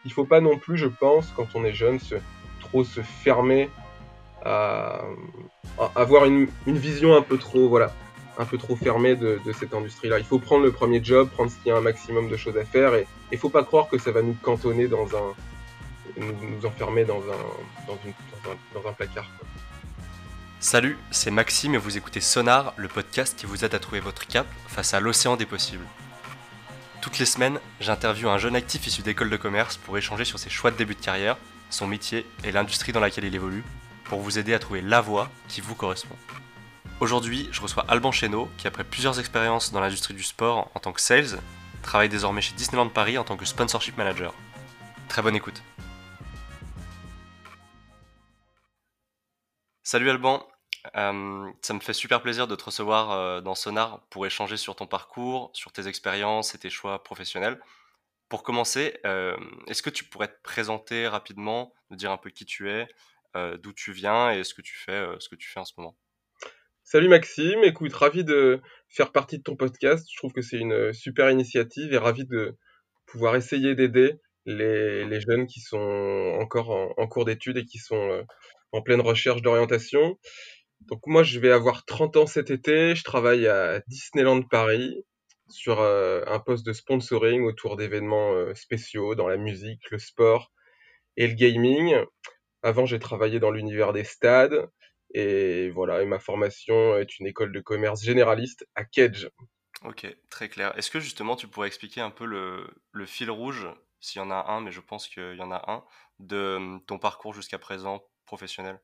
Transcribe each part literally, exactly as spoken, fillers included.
il faut pas non plus, je pense, quand on est jeune, se, trop se fermer à, à avoir une, une vision un peu trop, voilà, un peu trop fermée de, de cette industrie-là. Il faut prendre le premier job, prendre ce qu'il y a un maximum de choses à faire, et il faut pas croire que ça va nous cantonner dans un, nous, nous enfermer dans un, dans une, dans un, dans un placard, quoi. Salut, c'est Maxime et vous écoutez Sonar, le podcast qui vous aide à trouver votre cap face à l'océan des possibles. Toutes les semaines, j'interviewe un jeune actif issu d'école de commerce pour échanger sur ses choix de début de carrière, son métier et l'industrie dans laquelle il évolue, pour vous aider à trouver la voie qui vous correspond. Aujourd'hui, je reçois Alban Chesneau, qui après plusieurs expériences dans l'industrie du sport en tant que sales, travaille désormais chez Disneyland Paris en tant que sponsorship manager. Très bonne écoute. Salut Alban, Euh, ça me fait super plaisir de te recevoir euh, dans Sonar pour échanger sur ton parcours, sur tes expériences et tes choix professionnels. Pour commencer, euh, est-ce que tu pourrais te présenter rapidement, nous dire un peu qui tu es, euh, d'où tu viens et ce que tu fais, euh, ce que tu fais en ce moment? Salut Maxime, écoute, ravi de faire partie de ton podcast. Je trouve que c'est une super initiative et ravi de pouvoir essayer d'aider les, les jeunes qui sont encore en, en cours d'études et qui sont euh, en pleine recherche d'orientation. Donc moi, je vais avoir trente ans cet été. Je travaille à Disneyland Paris sur euh, un poste de sponsoring autour d'événements euh, spéciaux dans la musique, le sport et le gaming. Avant, j'ai travaillé dans l'univers des stades. Et voilà, et ma formation est une école de commerce généraliste à Kedge. Ok, très clair. Est-ce que justement tu pourrais expliquer un peu le, le fil rouge, s'il y en a un, mais je pense qu'il y en a un, de euh, ton parcours jusqu'à présent professionnel?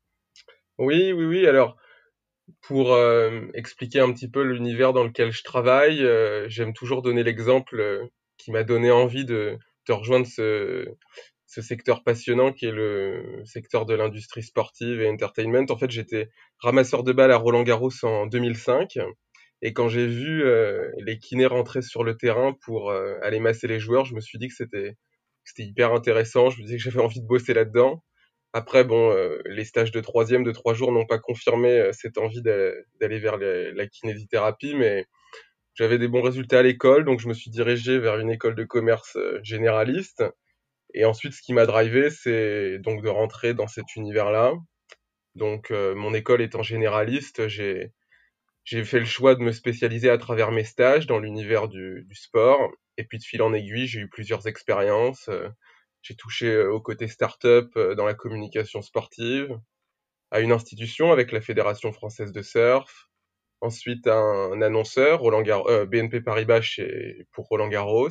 Oui, oui, oui. Alors, pour euh, expliquer un petit peu l'univers dans lequel je travaille, euh, j'aime toujours donner l'exemple euh, qui m'a donné envie de, de rejoindre ce, ce secteur passionnant qui est le secteur de l'industrie sportive et entertainment. En fait, j'étais ramasseur de balles à Roland-Garros en deux mille cinq. Et quand j'ai vu euh, les kinés rentrer sur le terrain pour euh, aller masser les joueurs, je me suis dit que c'était que c'était hyper intéressant. Je me disais que j'avais envie de bosser là-dedans. Après, bon, euh, les stages de troisième de trois jours n'ont pas confirmé euh, cette envie d'a- d'aller vers les- la kinésithérapie, mais j'avais des bons résultats à l'école, donc je me suis dirigé vers une école de commerce euh, généraliste. Et ensuite, ce qui m'a drivé, c'est donc de rentrer dans cet univers-là. Donc, euh, mon école étant généraliste, j'ai j'ai fait le choix de me spécialiser à travers mes stages dans l'univers du, du sport. Et puis de fil en aiguille, j'ai eu plusieurs expériences. Euh, J'ai touché euh, au côté start-up euh, dans la communication sportive, à une institution avec la Fédération française de surf, ensuite à un, un annonceur, Roland Gar- euh, B N P Paribas chez, pour Roland Garros.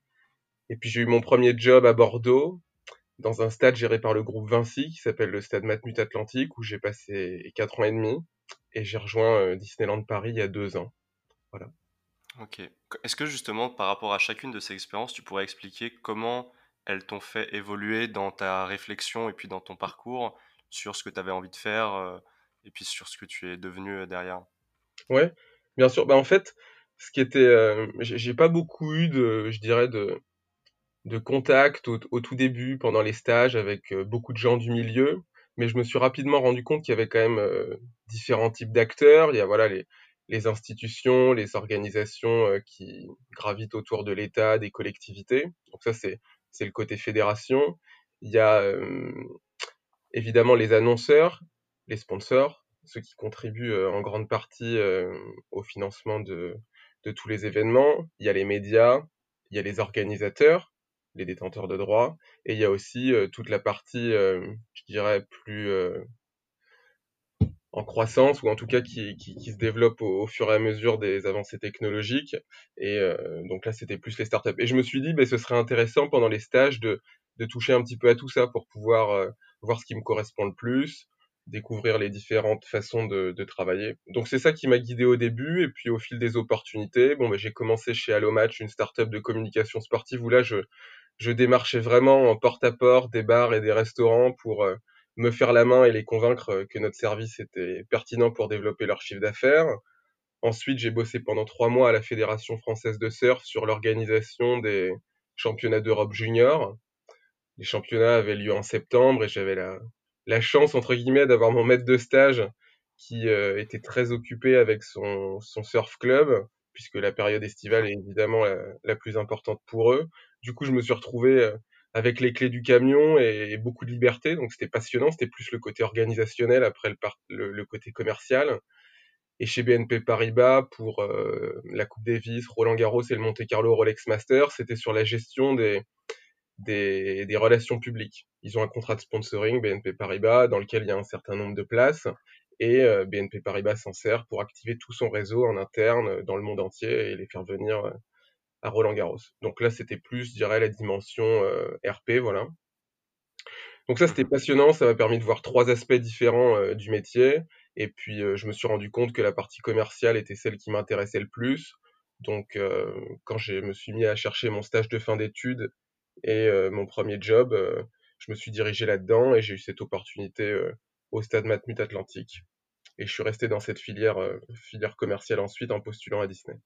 Et puis j'ai eu mon premier job à Bordeaux, dans un stade géré par le groupe Vinci, qui s'appelle le stade Matmut Atlantique, où j'ai passé quatre ans et demi. Et j'ai rejoint euh, Disneyland Paris il y a deux ans. Voilà. Ok. Est-ce que justement, par rapport à chacune de ces expériences, tu pourrais expliquer comment elles t'ont fait évoluer dans ta réflexion et puis dans ton parcours sur ce que tu avais envie de faire euh, et puis sur ce que tu es devenu euh, derrière? Ouais, bien sûr. Bah, en fait, ce qui était, euh, j'ai j'ai pas beaucoup eu de, je dirais, de, de contact au, au tout début, pendant les stages, avec euh, beaucoup de gens du milieu, mais je me suis rapidement rendu compte qu'il y avait quand même euh, différents types d'acteurs. Il y a voilà les, les institutions, les organisations euh, qui gravitent autour de l'État, des collectivités. Donc ça, c'est c'est le côté fédération. Il y a euh, évidemment les annonceurs, les sponsors, ceux qui contribuent euh, en grande partie euh, au financement de, de tous les événements. Il y a les médias, il y a les organisateurs, les détenteurs de droits, et il y a aussi euh, toute la partie, euh, je dirais, plus euh, en croissance, ou en tout cas qui, qui, qui se développe au, au fur et à mesure des avancées technologiques. Et euh, donc là, c'était plus les startups. Et je me suis dit, ben, ce serait intéressant pendant les stages de, de toucher un petit peu à tout ça pour pouvoir euh, voir ce qui me correspond le plus, découvrir les différentes façons de, de travailler. Donc c'est ça qui m'a guidé au début, et puis au fil des opportunités, bon, ben, j'ai commencé chez Allomatch, une startup de communication sportive, où là, je, je démarchais vraiment en porte-à-porte des bars et des restaurants pour euh, me faire la main et les convaincre euh, que notre service était pertinent pour développer leur chiffre d'affaires. Ensuite, j'ai bossé pendant trois mois à la Fédération française de surf sur l'organisation des championnats d'Europe junior. Les championnats avaient lieu en septembre et j'avais la, la chance, entre guillemets, d'avoir mon maître de stage qui euh, était très occupé avec son, son surf club, puisque la période estivale est évidemment la, la plus importante pour eux. Du coup, je me suis retrouvé euh, avec les clés du camion et, et beaucoup de liberté. Donc c'était passionnant, c'était plus le côté organisationnel après le, par- le, le côté commercial. Et chez B N P Paribas, pour euh, la Coupe Davis, Roland Garros et le Monte Carlo Rolex Masters, c'était sur la gestion des, des, des relations publiques. Ils ont un contrat de sponsoring, B N P Paribas, dans lequel il y a un certain nombre de places, et euh, B N P Paribas s'en sert pour activer tout son réseau en interne euh, dans le monde entier et les faire venir euh, à Roland Garros. Donc là, c'était plus, je dirais, la dimension euh, R P, voilà. Donc ça, c'était Mhm. passionnant, ça m'a permis de voir trois aspects différents euh, du métier. Et puis, euh, je me suis rendu compte que la partie commerciale était celle qui m'intéressait le plus. Donc, euh, quand je me suis mis à chercher mon stage de fin d'études et euh, mon premier job, euh, je me suis dirigé là-dedans et j'ai eu cette opportunité euh, au Stade Matmut Atlantique. Et je suis resté dans cette filière, euh, filière commerciale ensuite en postulant à Disney.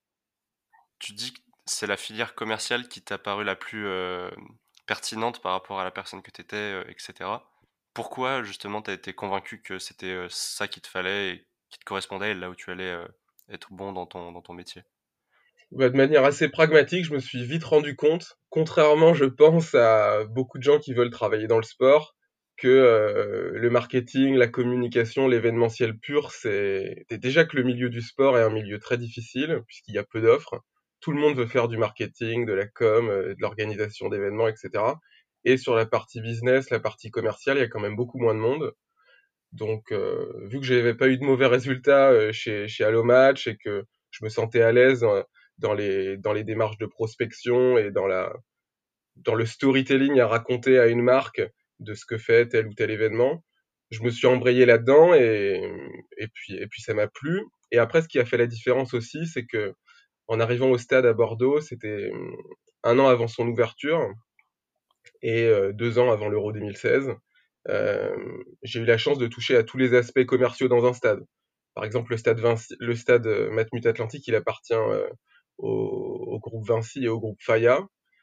Tu dis que c'est la filière commerciale qui t'a paru la plus euh, pertinente par rapport à la personne que tu étais, euh, et cetera. Pourquoi justement t'as été convaincu que c'était euh, ça qu'il te fallait et qui te correspondait et là où tu allais euh, être bon dans ton, dans ton métier? Bah, de manière assez pragmatique, je me suis vite rendu compte, contrairement, je pense, à beaucoup de gens qui veulent travailler dans le sport, que euh, le marketing, la communication, l'événementiel pur, c'est c'est déjà que le milieu du sport est un milieu très difficile, puisqu'il y a peu d'offres. Tout le monde veut faire du marketing, de la com, euh, de l'organisation d'événements, et cetera. Et sur la partie business, la partie commerciale, il y a quand même beaucoup moins de monde. Donc, euh, vu que j'avais pas eu de mauvais résultats euh, chez, chez Allomatch et que je me sentais à l'aise dans, dans les, dans les démarches de prospection et dans la, dans le storytelling à raconter à une marque de ce que fait tel ou tel événement, je me suis embrayé là-dedans et, et puis, et puis ça m'a plu. Et après, ce qui a fait la différence aussi, c'est que en arrivant au stade à Bordeaux, c'était hum, un an avant son ouverture et euh, deux ans avant l'Euro deux mille seize. Euh, j'ai eu la chance de toucher à tous les aspects commerciaux dans un stade. Par exemple, le stade Vinci, le stade euh, Matmut Atlantique, il appartient euh, au, au groupe Vinci et au groupe Faya.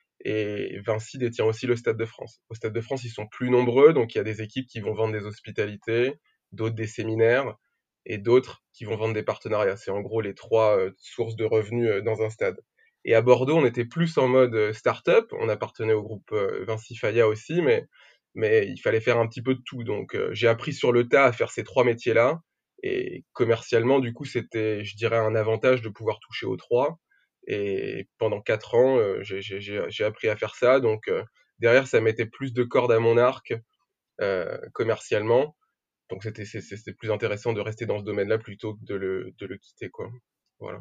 Et Vinci détient aussi le Stade de France. Au Stade de France, ils sont plus nombreux, donc il y a des équipes qui vont vendre des hospitalités, d'autres des séminaires, et d'autres qui vont vendre des partenariats. C'est en gros les trois euh, sources de revenus euh, dans un stade. Et à Bordeaux, on était plus en mode euh, start-up. On appartenait au groupe euh, Vinci Faya aussi, mais, mais il fallait faire un petit peu de tout. Donc euh, j'ai appris sur le tas à faire ces trois métiers-là. Et commercialement, du coup, c'était, je dirais, un avantage de pouvoir toucher aux trois. Et pendant quatre ans, euh, j'ai j'ai- j'ai- j'ai appris à faire ça. Donc euh, derrière, ça mettait plus de cordes à mon arc euh, commercialement. Donc c'était c'est- c'est- c'était plus intéressant de rester dans ce domaine-là plutôt que de le, de le quitter, quoi. Voilà.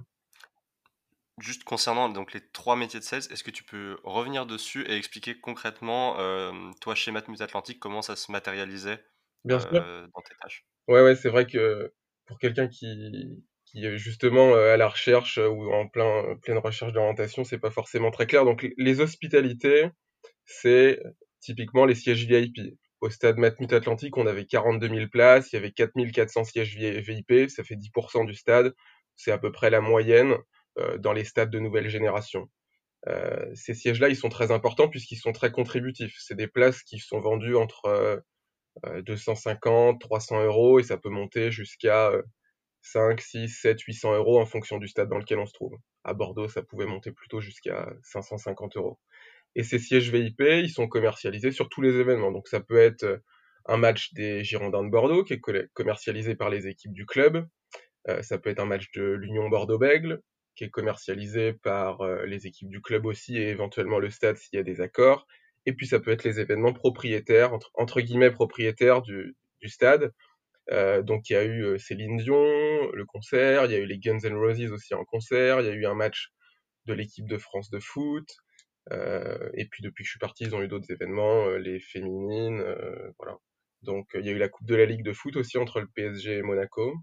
Juste concernant donc les trois métiers de sales, est-ce que tu peux revenir dessus et expliquer concrètement, euh, toi chez Matmut Atlantique, comment ça se matérialisait Bien sûr. euh, dans tes tâches? Ouais, ouais, c'est vrai que pour quelqu'un qui, qui est justement euh, à la recherche euh, ou en plein, pleine recherche d'orientation, c'est pas forcément très clair. Donc les hospitalités, c'est typiquement les sièges V I P. Au stade Matmut Atlantique, on avait quarante-deux mille places, il y avait quatre mille quatre cents sièges V I P, ça fait dix pour cent du stade, c'est à peu près la moyenne euh, dans les stades de nouvelle génération. Euh, ces sièges-là, ils sont très importants puisqu'ils sont très contributifs. C'est des places qui sont vendues entre euh, deux cent cinquante, trois cents euros et ça peut monter jusqu'à euh, cinq, six, sept, huit cents euros en fonction du stade dans lequel on se trouve. À Bordeaux, ça pouvait monter plutôt jusqu'à cinq cent cinquante euros. Et ces sièges V I P, ils sont commercialisés sur tous les événements. Donc ça peut être euh, un match des Girondins de Bordeaux qui est commercialisé par les équipes du club. Euh, ça peut être un match de l'Union Bordeaux-Bègles qui est commercialisé par euh, les équipes du club aussi et éventuellement le stade s'il y a des accords. Et puis ça peut être les événements propriétaires, entre, entre guillemets propriétaires du, du stade. Euh, donc il y a eu euh, Céline Dion, le concert, il y a eu les Guns N' Roses aussi en concert, il y a eu un match de l'équipe de France de foot, euh, et puis depuis que je suis parti, ils ont eu d'autres événements, euh, les féminines, euh, voilà. Donc euh, il y a eu la Coupe de la Ligue de foot aussi entre le P S G et Monaco.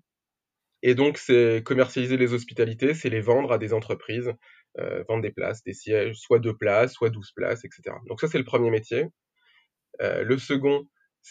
Et donc c'est commercialiser les hospitalités, c'est les vendre à des entreprises, euh, vendre des places, des sièges, soit deux places, soit douze places, et cetera. Donc ça c'est le premier métier. Euh, le second,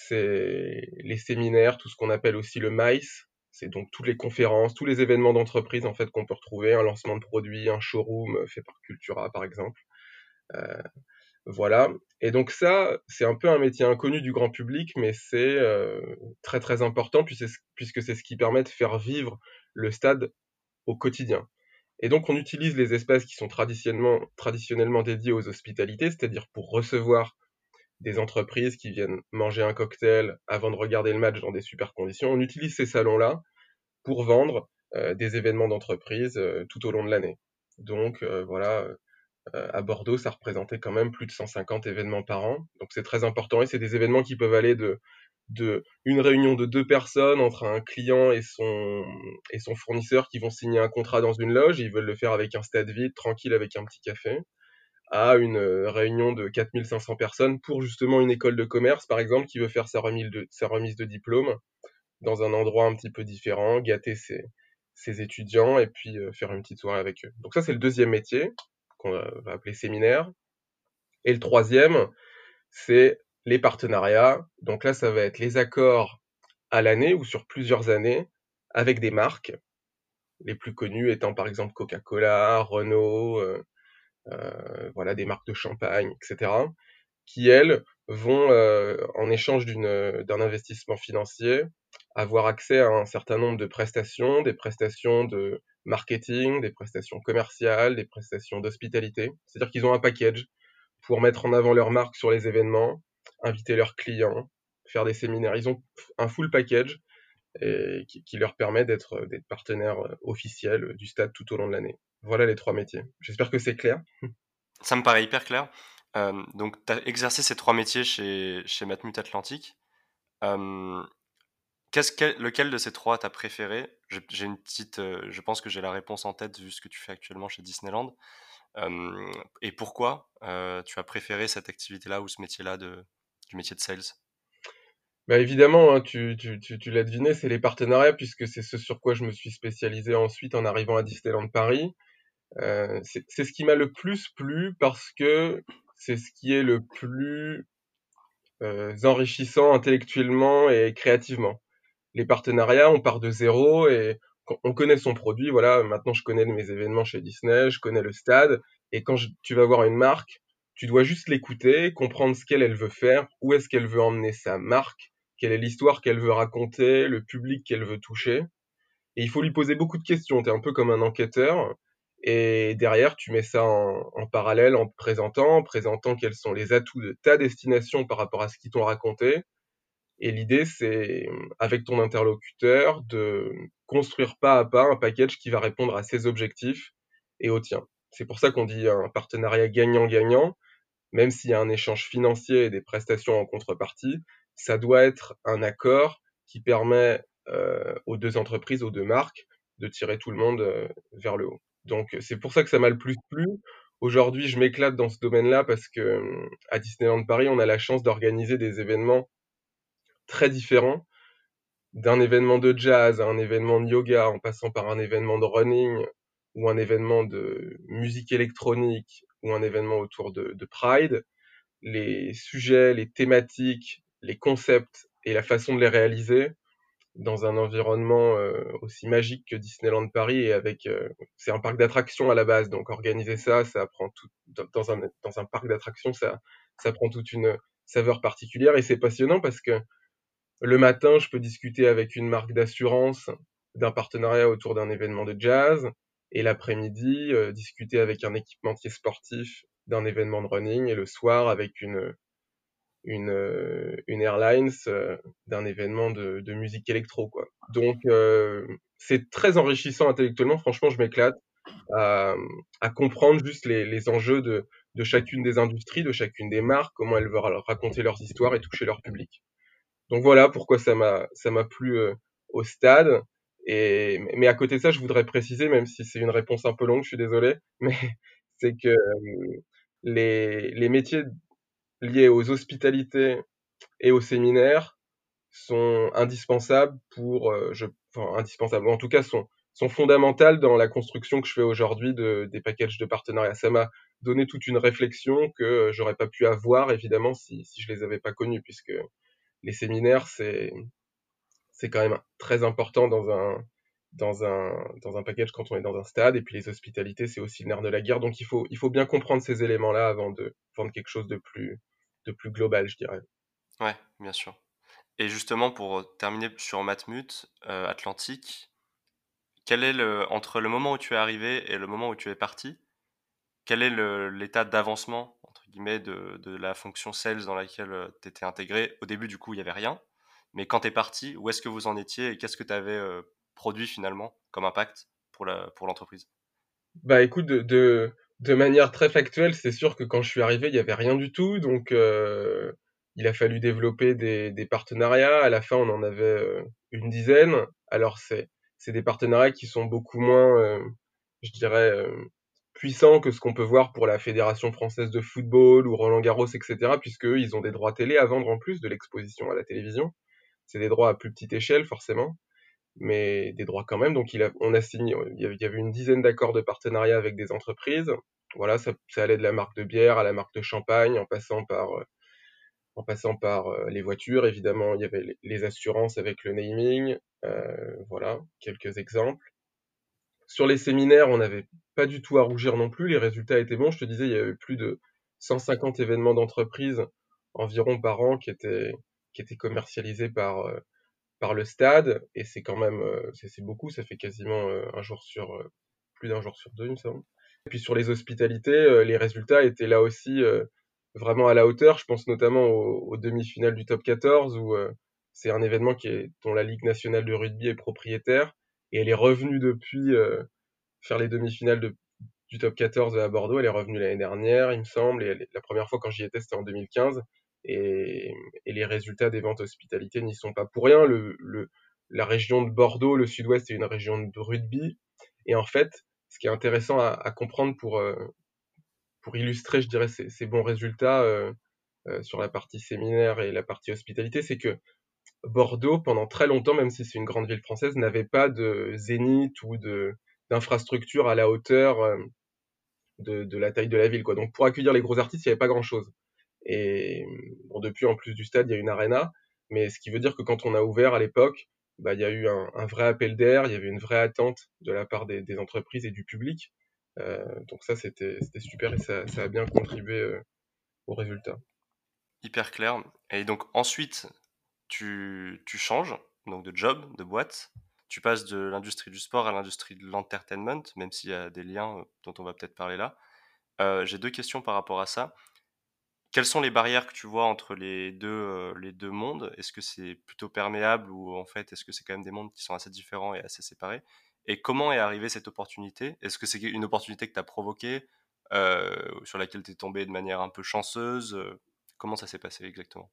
c'est les séminaires, tout ce qu'on appelle aussi le M I C E. C'est donc toutes les conférences, tous les événements d'entreprise en fait qu'on peut retrouver, un lancement de produit, un showroom euh, fait par Cultura par exemple. Euh, Voilà. Et donc ça, c'est un peu un métier inconnu du grand public, mais c'est euh, très très important puisque puisque c'est ce qui permet de faire vivre le stade au quotidien. Et donc on utilise les espaces qui sont traditionnellement, traditionnellement dédiés aux hospitalités, c'est-à-dire pour recevoir des entreprises qui viennent manger un cocktail avant de regarder le match dans des super conditions. On utilise ces salons-là pour vendre euh, des événements d'entreprise euh, tout au long de l'année. Donc euh, voilà, euh, à Bordeaux, ça représentait quand même plus de cent cinquante événements par an. Donc c'est très important et c'est des événements qui peuvent aller de, de une réunion de deux personnes entre un client et son, et son fournisseur qui vont signer un contrat dans une loge, ils veulent le faire avec un stade vide, tranquille, avec un petit café, à une euh, réunion de quatre mille cinq cents personnes pour justement une école de commerce, par exemple, qui veut faire sa remise de, sa remise de diplôme dans un endroit un petit peu différent, gâter ses, ses étudiants et puis euh, faire une petite soirée avec eux. Donc ça, c'est le deuxième métier qu'on va appeler séminaire. Et le troisième, c'est les partenariats. Donc là, ça va être les accords à l'année ou sur plusieurs années avec des marques, les plus connues étant par exemple Coca-Cola, Renault, euh, euh, voilà, des marques de champagne, et cetera, qui elles vont, euh, en échange d'une, d'un investissement financier, avoir accès à un certain nombre de prestations, des prestations de marketing, des prestations commerciales, des prestations d'hospitalité. C'est-à-dire qu'ils ont un package pour mettre en avant leur marque sur les événements, inviter leurs clients, faire des séminaires. Ils ont un full package et qui, qui leur permet d'être d'être partenaires officiels du stade tout au long de l'année. Voilà les trois métiers. J'espère que c'est clair. Ça me paraît hyper clair. Euh, donc, tu as exercé ces trois métiers chez, chez Matmut Atlantique. Euh, qu'est-ce que, lequel de ces trois t'as préféré? J'ai j'ai une petite, euh, je pense que j'ai la réponse en tête vu ce que tu fais actuellement chez Disneyland. Euh, et pourquoi euh, tu as préféré cette activité-là ou ce métier-là de, du métier de sales? Bah évidemment, hein, tu, tu, tu, tu l'as deviné, c'est les partenariats, puisque c'est ce sur quoi je me suis spécialisé ensuite en arrivant à Disneyland Paris. Euh, c'est c'est ce qui m'a le plus plu parce que c'est ce qui est le plus euh, enrichissant intellectuellement et créativement. Les partenariats, on part de zéro et on connaît son produit. Voilà, maintenant je connais mes événements chez Disney, je connais le stade. Et quand je- tu vas voir une marque, tu dois juste l'écouter, comprendre ce qu'elle elle veut faire, où est-ce qu'elle veut emmener sa marque, quelle est l'histoire qu'elle veut raconter, le public qu'elle veut toucher. Et il faut lui poser beaucoup de questions. Tu es un peu comme un enquêteur. Et derrière, tu mets ça en, en parallèle en te présentant, en présentant quels sont les atouts de ta destination par rapport à ce qu'ils t'ont raconté, et l'idée, c'est, avec ton interlocuteur, de construire pas à pas un package qui va répondre à ses objectifs et aux tiens. C'est pour ça qu'on dit un partenariat gagnant-gagnant, même s'il y a un échange financier et des prestations en contrepartie, ça doit être un accord qui permet euh, aux deux entreprises, aux deux marques, de tirer tout le monde euh, vers le haut. Donc c'est pour ça que ça m'a le plus plu. Aujourd'hui, je m'éclate dans ce domaine-là parce que euh, à Disneyland Paris, on a la chance d'organiser des événements très différents, d'un événement de jazz à un événement de yoga, en passant par un événement de running ou un événement de musique électronique ou un événement autour de, de Pride. Les sujets, les thématiques, les concepts et la façon de les réaliser dans un environnement euh, aussi magique que Disneyland Paris et avec euh, c'est un parc d'attractions à la base, donc organiser ça, ça prend tout dans un dans un parc d'attractions, ça ça prend toute une saveur particulière et c'est passionnant parce que le matin, je peux discuter avec une marque d'assurance d'un partenariat autour d'un événement de jazz, et l'après-midi, euh, discuter avec un équipementier sportif d'un événement de running, et le soir avec une, une, euh, une airlines euh, d'un événement de, de musique électro, quoi. Donc, euh, c'est très enrichissant intellectuellement. Franchement, je m'éclate à, à comprendre juste les, les enjeux de, de chacune des industries, de chacune des marques, comment elles veulent raconter leurs histoires et toucher leur public. Donc voilà pourquoi ça m'a ça m'a plu euh, au stade. Et mais à côté de ça, je voudrais préciser, même si c'est une réponse un peu longue, je suis désolé, mais c'est que euh, les les métiers liés aux hospitalités et aux séminaires sont indispensables pour euh, je enfin indispensables en tout cas sont sont fondamentales dans la construction que je fais aujourd'hui de des packages de partenariat. Ça m'a donné toute une réflexion que euh, j'aurais pas pu avoir évidemment si si je les avais pas connus, puisque les séminaires c'est c'est quand même très important dans un, dans un, dans un package quand on est dans un stade. Et puis les hospitalités, c'est aussi le nerf de la guerre. Donc il faut, il faut bien comprendre ces éléments-là avant de vendre quelque chose de plus, de plus global, je dirais. Ouais, bien sûr. Et justement, pour terminer sur Matmut euh, Atlantique, quel est le, entre le moment où tu es arrivé et le moment où tu es parti, quel est le- l'état d'avancement, entre guillemets, de, de la fonction sales dans laquelle tu étais intégré. Au début, du coup, il n'y avait rien. Mais quand tu es parti, où est-ce que vous en étiez et qu'est-ce que tu avais euh, produit finalement comme impact pour la, pour l'entreprise? Bah écoute, de, de, de manière très factuelle, c'est sûr que quand je suis arrivé, il y avait rien du tout, donc euh, il a fallu développer des, des partenariats. À la fin, on en avait euh, une dizaine. Alors c'est c'est des partenariats qui sont beaucoup moins, euh, je dirais, euh, puissants que ce qu'on peut voir pour la Fédération française de football ou Roland-Garros, et cetera, puisque eux, ils ont des droits télé à vendre en plus de l'exposition à la télévision. C'est des droits à plus petite échelle, forcément, mais des droits quand même. Donc il a, on a signé, il y avait, il y avait une dizaine d'accords de partenariat avec des entreprises. Voilà, ça, ça allait de la marque de bière à la marque de champagne, en passant par, euh, en passant par euh, les voitures. Évidemment, il y avait les, les assurances avec le naming. Euh, voilà, quelques exemples. Sur les séminaires, on n'avait pas du tout à rougir non plus. Les résultats étaient bons. Je te disais, il y avait plus de cent cinquante événements d'entreprise environ par an qui étaient, qui étaient commercialisés par, euh, par le stade, et c'est quand même euh, c'est c'est beaucoup, ça fait quasiment euh, un jour sur euh, plus d'un jour sur deux, il me semble. Et puis sur les hospitalités, euh, les résultats étaient là aussi euh, vraiment à la hauteur. Je pense notamment aux, aux demi-finales du top quatorze où euh, c'est un événement qui est, dont la Ligue nationale de rugby est propriétaire, et elle est revenue depuis euh, faire les demi-finales de, du top quatorze à Bordeaux. Elle est revenue l'année dernière, il me semble, et elle, la première fois quand j'y étais, c'était en deux mille quinze. Et, et les résultats des ventes hospitalité n'y sont pas pour rien. Le, le, la région de Bordeaux, le sud-ouest, est une région de rugby. Et en fait, ce qui est intéressant à, à comprendre pour, euh, pour illustrer, je dirais, ces, ces bons résultats euh, euh, sur la partie séminaire et la partie hospitalité, c'est que Bordeaux, pendant très longtemps, même si c'est une grande ville française, n'avait pas de zénith ou de d'infrastructure à la hauteur euh, de, de la taille de la ville, quoi. Donc pour accueillir les gros artistes, il n'y avait pas grand-chose. Et bon, depuis, en plus du stade, il y a une arena, mais ce qui veut dire que quand on a ouvert à l'époque, bah, il y a eu un, un vrai appel d'air, il y avait une vraie attente de la part des, des entreprises et du public. Euh, donc ça, c'était c'était super, et ça, ça a bien contribué euh, au résultat. Hyper clair. Et donc ensuite, tu, tu changes donc de job, de boîte. Tu passes de l'industrie du sport à l'industrie de l'entertainment, même s'il y a des liens euh, dont on va peut-être parler là. Euh, j'ai deux questions par rapport à ça. Quelles sont les barrières que tu vois entre les deux, euh, les deux mondes? Est-ce que c'est plutôt perméable ou en fait est-ce que c'est quand même des mondes qui sont assez différents et assez séparés? Et comment est arrivée cette opportunité? Est-ce que c'est une opportunité que tu as provoquée, euh, sur laquelle tu es tombé de manière un peu chanceuse? Euh, Comment ça s'est passé exactement?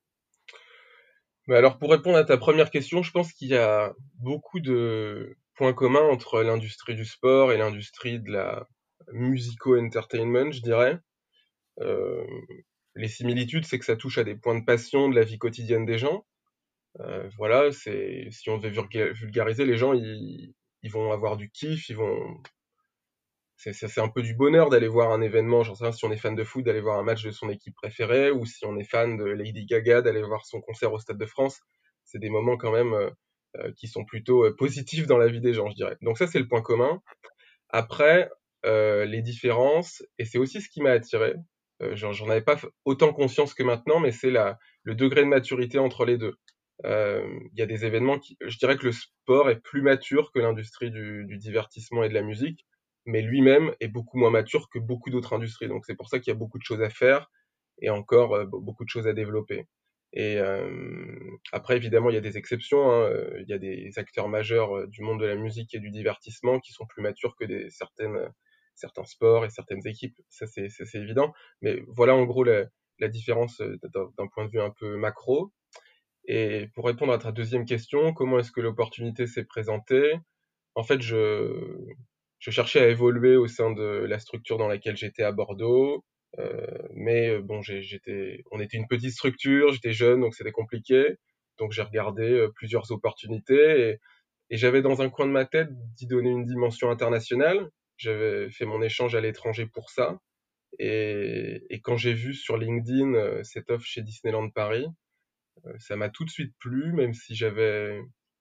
Mais alors, pour répondre à ta première question, je pense qu'il y a beaucoup de points communs entre l'industrie du sport et l'industrie de la musico-entertainment, je dirais. Euh, les similitudes, c'est que ça touche à des points de passion de la vie quotidienne des gens. Euh, voilà, c'est si on devait vulgariser, les gens, ils, ils vont avoir du kiff, ils vont. C'est c'est- c'est un peu du bonheur d'aller voir un événement. J'en sais rien, si on est fan de foot, d'aller voir un match de son équipe préférée, ou si on est fan de Lady Gaga, d'aller voir son concert au Stade de France. C'est des moments quand même euh, euh, qui sont plutôt euh, positifs dans la vie des gens, je dirais. Donc ça, c'est le point commun. Après, euh, les différences, et c'est aussi ce qui m'a attiré. Euh, j'en j'en avais pas f- autant conscience que maintenant, mais c'est la le degré de maturité entre les deux. Euh, Il y a des événements qui, je dirais que le sport est plus mature que l'industrie du, du divertissement et de la musique, mais lui-même est beaucoup moins mature que beaucoup d'autres industries. Donc c'est pour ça qu'il y a beaucoup de choses à faire et encore euh, be- beaucoup de choses à développer. Et euh, après, évidemment, il y a des exceptions, hein. Euh, Il y a des acteurs majeurs euh, du monde de la musique et du divertissement qui sont plus matures que des, certaines, certains sports et certaines équipes. Ça, c'est ça, c'est évident. Mais voilà, en gros, la, la différence euh, d'un d'un point de vue un peu macro. Et pour répondre à ta deuxième question, comment est-ce que l'opportunité s'est présentée? En fait, je, je cherchais à évoluer au sein de la structure dans laquelle j'étais à Bordeaux, euh, mais euh, bon, j'ai- j'étais, on était une petite structure, j'étais jeune, donc c'était compliqué. Donc j'ai regardé euh, plusieurs opportunités, et, et j'avais dans un coin de ma tête d'y donner une dimension internationale. J'avais fait mon échange à l'étranger pour ça. Et, et quand j'ai vu sur LinkedIn euh, cette offre chez Disneyland Paris, euh, ça m'a tout de suite plu, même si j'avais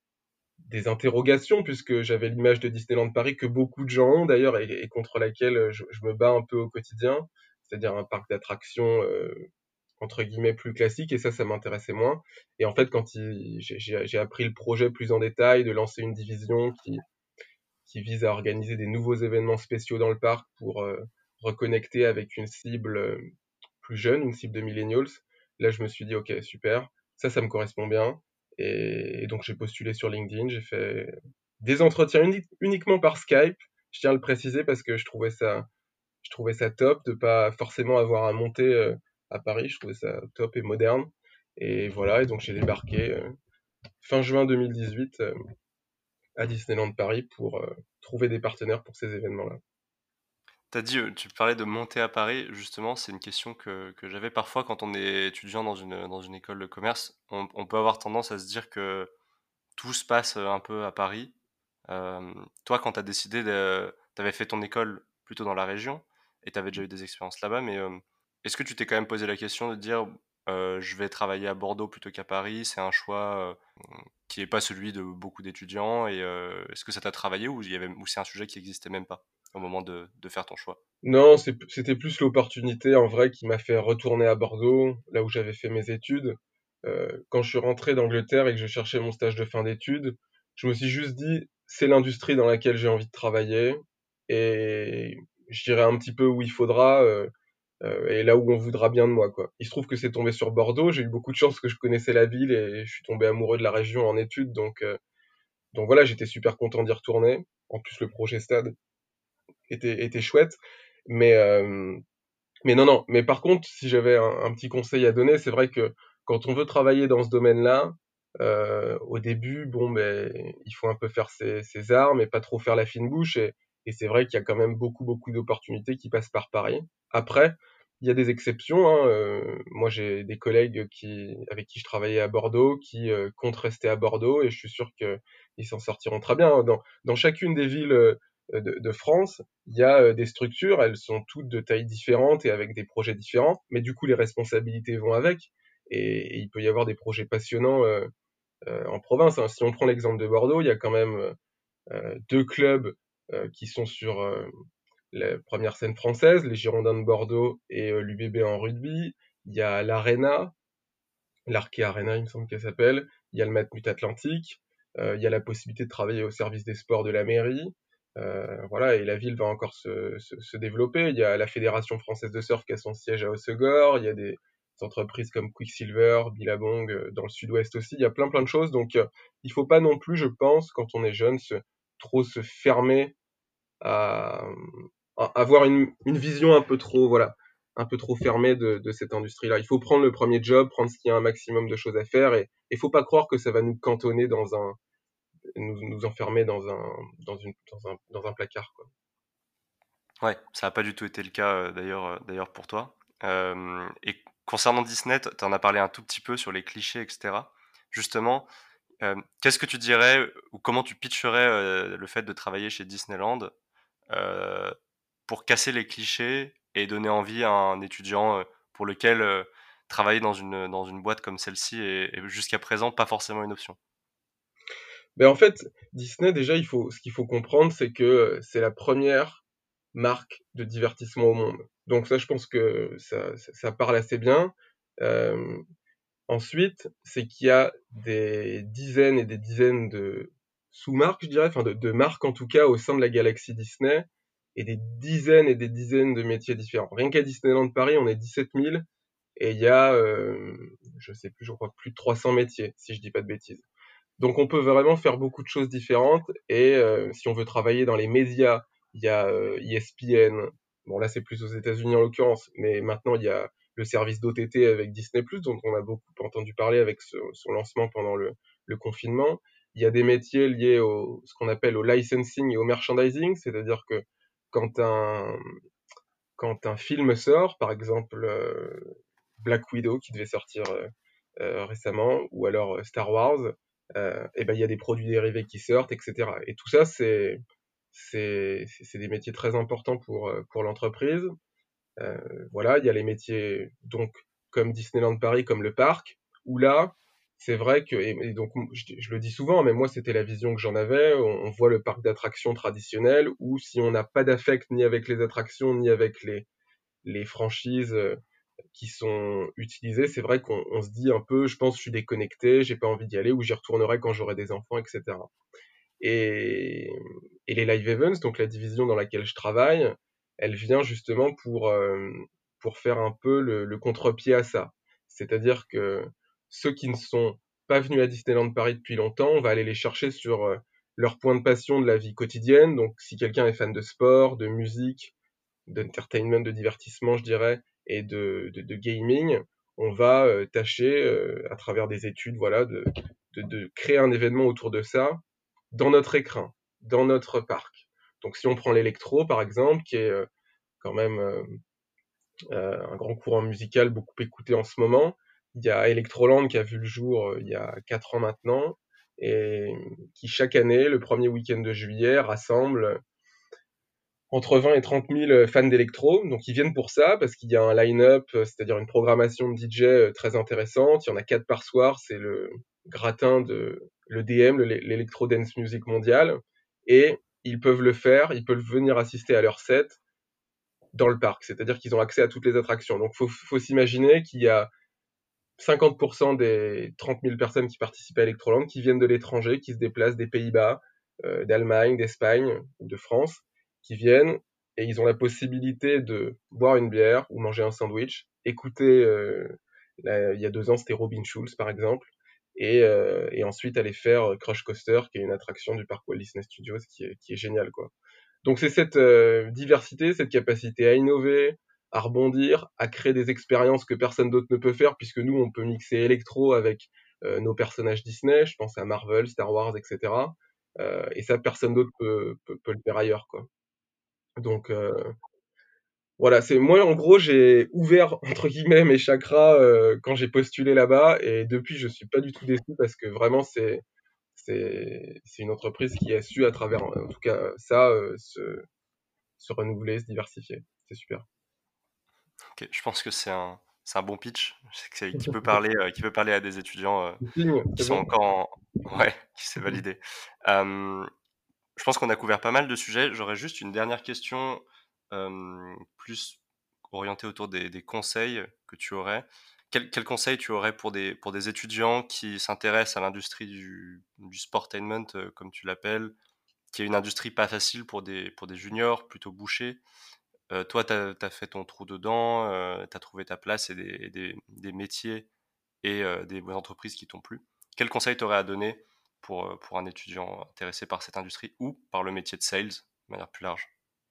des interrogations, puisque j'avais l'image de Disneyland Paris que beaucoup de gens ont d'ailleurs, et, et contre laquelle je, je me bats un peu au quotidien, c'est-à-dire un parc d'attractions euh, entre guillemets plus classique, et ça, ça m'intéressait moins. Et en fait, quand il- j'ai j'ai- j'ai appris le projet plus en détail, de lancer une division qui, qui vise à organiser des nouveaux événements spéciaux dans le parc pour euh, reconnecter avec une cible euh, plus jeune, une cible de millennials. Là, je me suis dit, ok, super, ça, ça me correspond bien. Et, et donc, j'ai postulé sur LinkedIn, j'ai fait des entretiens uni- uniquement par Skype. Je tiens à le préciser parce que je trouvais ça, je trouvais ça top de pas forcément avoir à monter euh, à Paris. Je trouvais ça top et moderne. Et voilà, et donc j'ai débarqué euh, fin juin deux mille dix-huit euh, à Disneyland Paris pour euh, trouver des partenaires pour ces événements-là. T'as dit, euh, tu parlais de monter à Paris, justement, c'est une question que, que j'avais parfois quand on est étudiant dans une, dans une école de commerce. On, on peut avoir tendance à se dire que tout se passe euh, un peu à Paris. Euh, Toi, quand t'as décidé de, t'avais fait ton école plutôt dans la région et t'avais déjà eu des expériences là-bas, mais euh, est-ce que tu t'es quand même posé la question de dire, euh, je vais travailler à Bordeaux plutôt qu'à Paris? C'est un choix euh, qui n'est pas celui de beaucoup d'étudiants et euh, est-ce que ça t'a travaillé ou il y avait, ou c'est un sujet qui existait même pas au moment de, de faire ton choix? Non, c'est- c'était plus l'opportunité en vrai qui m'a fait retourner à Bordeaux, là où j'avais fait mes études. Euh, quand je suis rentré d'Angleterre et que je cherchais mon stage de fin d'études, je me suis juste dit, c'est l'industrie dans laquelle j'ai envie de travailler et j'irai un petit peu où il faudra euh, euh, et là où on voudra bien de moi, quoi. Il se trouve que c'est tombé sur Bordeaux, j'ai eu beaucoup de chance que je connaissais la ville et je suis tombé amoureux de la région en études, donc, euh, donc voilà, j'étais super content d'y retourner. En plus, le projet Stade était, était chouette. Mais, euh, mais non, non. Mais par contre, si j'avais un, un petit conseil à donner, c'est vrai que quand on veut travailler dans ce domaine-là, euh, au début, bon, ben, il faut un peu faire ses, ses armes et pas trop faire la fine bouche. Et, et c'est vrai qu'il y a quand même beaucoup, beaucoup d'opportunités qui passent par Paris. Après, il y a des exceptions. Hein. Euh, moi, j'ai des collègues qui, avec qui je travaillais à Bordeaux, qui euh, comptent rester à Bordeaux, et je suis sûr qu'ils s'en sortiront très bien. Dans, dans chacune des villes euh, de, de France, il y a euh, des structures, elles sont toutes de tailles différentes et avec des projets différents, mais du coup les responsabilités vont avec, et, et il peut y avoir des projets passionnants euh, euh, en province. Hein. Si on prend l'exemple de Bordeaux, il y a quand même euh, deux clubs euh, qui sont sur euh, la première scène française, les Girondins de Bordeaux et euh, l'U B B en rugby. Il y a l'Arena, l'Arkea Arena, il me semble qu'elle s'appelle. Il y a le Matmut Atlantique. Euh, il y a la possibilité de travailler au service des sports de la mairie. Euh, voilà, et la ville va encore se, se, se développer. Il y a la Fédération française de surf qui a son siège à Hossegor. Il y a des entreprises comme Quicksilver, Billabong, euh, dans le sud-ouest aussi. Il y a plein plein de choses. Donc, euh, il faut pas non plus, je pense, quand on est jeune, se, trop se fermer à, à avoir une, une vision un peu trop, voilà, un peu trop fermée de, de cette industrie-là. Il faut prendre le premier job, prendre ce qu'il y a un maximum de choses à faire, et il faut pas croire que ça va nous cantonner dans un, nous, nous enfermer dans un, dans une, dans un, dans un placard, quoi. Ouais, ça n'a pas du tout été le cas euh, d'ailleurs euh, d'ailleurs pour toi. Euh, et concernant Disney, tu en as parlé un tout petit peu sur les clichés, et cetera. Justement, euh, qu'est-ce que tu dirais ou comment tu pitcherais euh, le fait de travailler chez Disneyland euh, pour casser les clichés et donner envie à un étudiant euh, pour lequel euh, travailler dans une, dans une boîte comme celle-ci est, est jusqu'à présent pas forcément une option? Mais en fait, Disney, déjà, il faut, ce qu'il faut comprendre, c'est que euh, c'est la première marque de divertissement au monde. Donc ça, je pense que ça, ça, ça parle assez bien. Euh, Ensuite, c'est qu'il y a des dizaines et des dizaines de sous-marques, je dirais, enfin de, de marques en tout cas au sein de la galaxie Disney, et des dizaines et des dizaines de métiers différents. Rien qu'à Disneyland Paris, on est dix-sept mille, et il y a, euh, je sais plus, je crois plus de trois cents métiers, si je dis pas de bêtises. Donc on peut vraiment faire beaucoup de choses différentes, et euh, si on veut travailler dans les médias, il y a euh, E S P N, bon là c'est plus aux États-Unis en l'occurrence, mais maintenant il y a le service d'O T T avec Disney+, dont on a beaucoup entendu parler avec ce- son lancement pendant le, le confinement. Il y a des métiers liés au ce qu'on appelle au licensing et au merchandising, c'est-à-dire que quand un, quand un film sort, par exemple euh, Black Widow qui devait sortir euh, euh, récemment, ou alors euh, Star Wars, euh, et ben il y a des produits dérivés qui sortent, et cetera. Et tout ça, c'est c'est c'est des métiers très importants pour euh, pour l'entreprise. Euh, voilà, il y a les métiers donc comme Disneyland Paris, comme le parc, où là, c'est vrai que et, et donc je, je le dis souvent, mais moi c'était la vision que j'en avais. On, on voit le parc d'attractions traditionnel où si on n'a pas d'affect ni avec les attractions ni avec les les franchises euh, qui sont utilisées, c'est vrai qu'on on se dit un peu, je pense, je suis déconnecté, j'ai pas envie d'y aller, ou j'y retournerai quand j'aurai des enfants, et cetera. Et, et les live events, donc la division dans laquelle je travaille, elle vient justement pour euh, pour faire un peu le, le contre-pied à ça. C'est-à-dire que ceux qui ne sont pas venus à Disneyland Paris depuis longtemps, on va aller les chercher sur euh, leur point de passion de la vie quotidienne. Donc si quelqu'un est fan de sport, de musique, d'entertainment, de divertissement, je dirais, et de, de, de gaming, on va euh, tâcher, euh, à travers des études, voilà, de, de, de créer un événement autour de ça dans notre écrin, dans notre parc. Donc si on prend l'électro, par exemple, qui est euh, quand même euh, euh, un grand courant musical beaucoup écouté en ce moment, il y a Electroland qui a vu le jour euh, il y a quatre ans maintenant, et qui chaque année, le premier week-end de juillet, rassemble entre vingt et trente mille fans d'électro. Donc ils viennent pour ça, parce qu'il y a un line-up, euh, c'est-à-dire une programmation de D J euh, très intéressante. Il y en a quatre par soir, c'est le gratin de l'E D M, l'Electro Dance Music Mondial. Et ils peuvent le faire, ils peuvent venir assister à leur set dans le parc, c'est-à-dire qu'ils ont accès à toutes les attractions. Donc faut, faut s'imaginer qu'il y a cinquante pour cent des trente mille personnes qui participent à Electroland qui viennent de l'étranger, qui se déplacent des Pays-Bas, euh, d'Allemagne, d'Espagne, de France, qui viennent et ils ont la possibilité de boire une bière ou manger un sandwich, écouter, euh, là, il y a deux ans c'était Robin Schulz par exemple, et, euh, et ensuite aller faire Crush Coaster, qui est une attraction du parc Walt Disney Studios qui est, qui est géniale, quoi. Donc c'est cette euh, diversité, cette capacité à innover, à rebondir, à créer des expériences que personne d'autre ne peut faire, puisque nous, on peut mixer électro avec euh, nos personnages Disney, je pense à Marvel, Star Wars, et cetera. Euh, et ça, personne d'autre peut, peut, peut le faire ailleurs, quoi. Donc euh, voilà, c'est moi en gros j'ai ouvert entre guillemets mes chakras euh, quand j'ai postulé là-bas, et depuis je suis pas du tout déçu parce que vraiment c'est c'est c'est une entreprise qui a su à travers en tout cas ça euh, se se renouveler, se diversifier. C'est super. Ok, je pense que c'est un, c'est un bon pitch. Je sais que c'est- qui peut parler, euh, qui peut parler à des étudiants euh, Signe, qui c'est sont bon. encore en... Ouais, qui s'est validé. Euh, je pense qu'on a couvert pas mal de sujets. J'aurais juste une dernière question, euh, plus orientée autour des, des conseils que tu aurais. Quel, quel conseil tu aurais pour des, pour des étudiants qui s'intéressent à l'industrie du, du sportainment, euh, comme tu l'appelles, qui est une industrie pas facile pour des, pour des juniors, plutôt bouchés. Euh, toi, tu as fait ton trou dedans, euh, tu as trouvé ta place et des, et des, des métiers et euh, des entreprises qui t'ont plu. Quel conseil t'aurais à donner pour, euh, pour un étudiant intéressé par cette industrie ou par le métier de sales de manière plus large?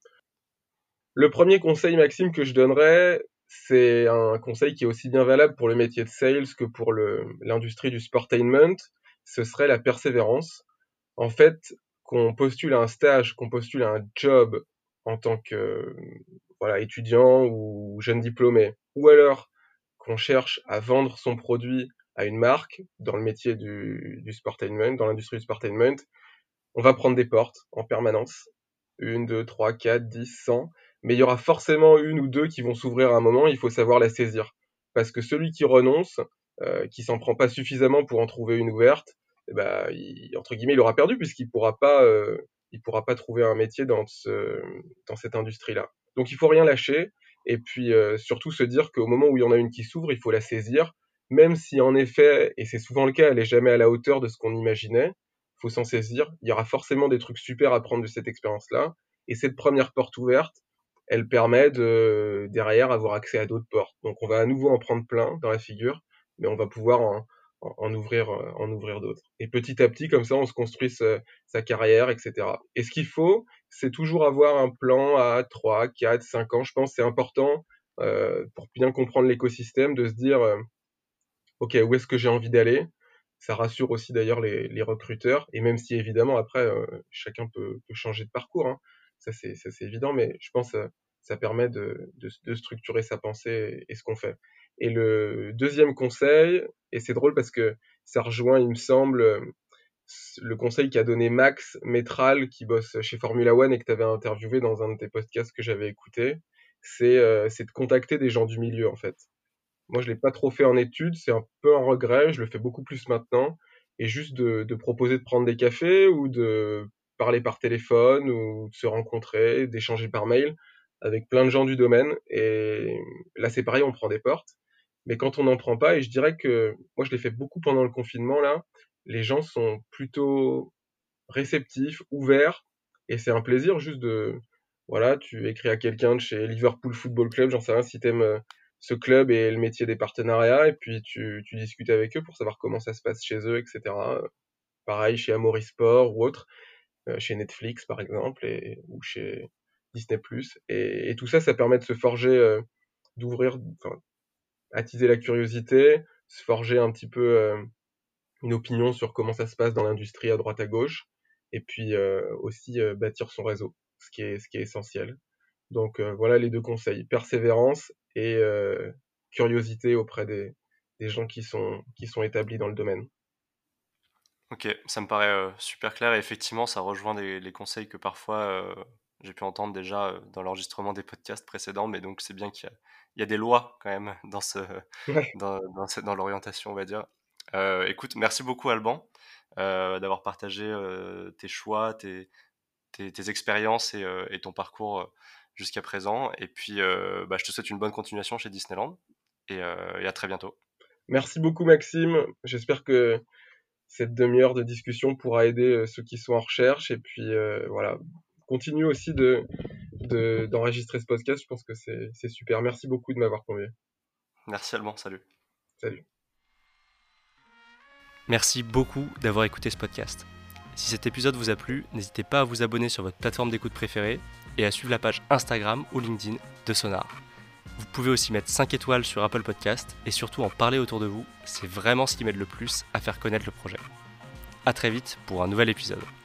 Le premier conseil, Maxime, que je donnerais, c'est un conseil qui est aussi bien valable pour le métier de sales que pour le, l'industrie du sportainment. Ce serait la persévérance. En fait, qu'on postule à un stage, qu'on postule à un job en tant que voilà, étudiant ou jeune diplômé, ou alors qu'on cherche à vendre son produit à une marque dans le métier du, du sportainment, dans l'industrie du sportainment, on va prendre des portes en permanence. Une, deux, trois, quatre, dix, cent. Mais il y aura forcément une ou deux qui vont s'ouvrir à un moment, il faut savoir la saisir. Parce que celui qui renonce, euh, qui s'en prend pas suffisamment pour en trouver une ouverte, eh ben, il, entre guillemets, il aura perdu puisqu'il pourra pas, euh, il pourra pas trouver un métier dans ce, dans cette industrie-là. Donc il faut rien lâcher et puis euh, surtout se dire qu'au moment où il y en a une qui s'ouvre, il faut la saisir, même si en effet, et c'est souvent le cas, elle est jamais à la hauteur de ce qu'on imaginait. Faut s'en saisir. Il y aura forcément des trucs super à prendre de cette expérience-là. Et cette première porte ouverte, elle permet de, derrière, avoir accès à d'autres portes. Donc, on va à nouveau en prendre plein dans la figure, mais on va pouvoir en, en, en ouvrir, euh, en ouvrir d'autres. Et petit à petit, comme ça, on se construit sa, sa carrière, et cetera. Et ce qu'il faut, c'est toujours avoir un plan à trois, quatre, cinq ans. Je pense que c'est important, euh, pour bien comprendre l'écosystème, de se dire, euh, OK, où est-ce que j'ai envie d'aller? Ça rassure aussi d'ailleurs les, les recruteurs, et même si évidemment après euh, chacun peut, peut changer de parcours, hein. Ça c'est ça c'est évident, mais je pense que ça permet de, de, de structurer sa pensée et, et ce qu'on fait. Et le deuxième conseil, et c'est drôle parce que ça rejoint, il me semble, euh, le conseil qu'a donné Max Métral qui bosse chez Formula One et que tu avais interviewé dans un de tes podcasts que j'avais écouté, c'est euh, c'est de contacter des gens du milieu en fait. Moi, je l'ai pas trop fait en études, c'est un peu un regret, je le fais beaucoup plus maintenant. Et juste de, de proposer de prendre des cafés ou de parler par téléphone ou de se rencontrer, d'échanger par mail avec plein de gens du domaine. Et là, c'est pareil, on prend des portes. Mais quand on n'en prend pas, et je dirais que moi, je l'ai fait beaucoup pendant le confinement, là, les gens sont plutôt réceptifs, ouverts. Et c'est un plaisir juste de, voilà, tu écris à quelqu'un de chez Liverpool Football Club, j'en sais rien si t'aimes euh, ce club et le métier des partenariats, et puis tu, tu discutes avec eux pour savoir comment ça se passe chez eux, et cetera. Pareil chez Amaury Sport ou autre, euh, chez Netflix par exemple, et, ou chez Disney+. Et, et tout ça, ça permet de se forger, euh, d'ouvrir, enfin, attiser la curiosité, se forger un petit peu euh, une opinion sur comment ça se passe dans l'industrie à droite à gauche, et puis euh, aussi euh, bâtir son réseau, ce qui est, ce qui est essentiel. Donc euh, voilà les deux conseils, persévérance et euh, curiosité auprès des, des gens qui sont, qui sont établis dans le domaine. Ok, ça me paraît euh, super clair et effectivement, ça rejoint des- les conseils que parfois euh, j'ai pu entendre déjà euh, dans l'enregistrement des podcasts précédents, mais donc c'est bien qu'il y a, il y a des lois quand même dans ce, Ouais. dans, dans, ce- dans l'orientation, on va dire. Euh, écoute, merci beaucoup Alban euh, d'avoir partagé euh, tes choix, tes, tes, tes expériences et, euh, et ton parcours euh, jusqu'à présent. Et puis, euh, bah, je te souhaite une bonne continuation chez Disneyland et, euh, et à très bientôt. Merci beaucoup Maxime, j'espère que cette demi-heure de discussion pourra aider euh, ceux qui sont en recherche, et puis euh, voilà, continue aussi de, de- d'enregistrer ce podcast, je pense que c'est, c'est super. Merci beaucoup de m'avoir convié. Merci Alban, salut. Salut. Merci beaucoup d'avoir écouté ce podcast. Si cet épisode vous a plu, n'hésitez pas à vous abonner sur votre plateforme d'écoute préférée et à suivre la page Instagram ou LinkedIn de Sonar. Vous pouvez aussi mettre cinq étoiles sur Apple Podcast et surtout en parler autour de vous, c'est vraiment ce qui m'aide le plus à faire connaître le projet. A très vite pour un nouvel épisode.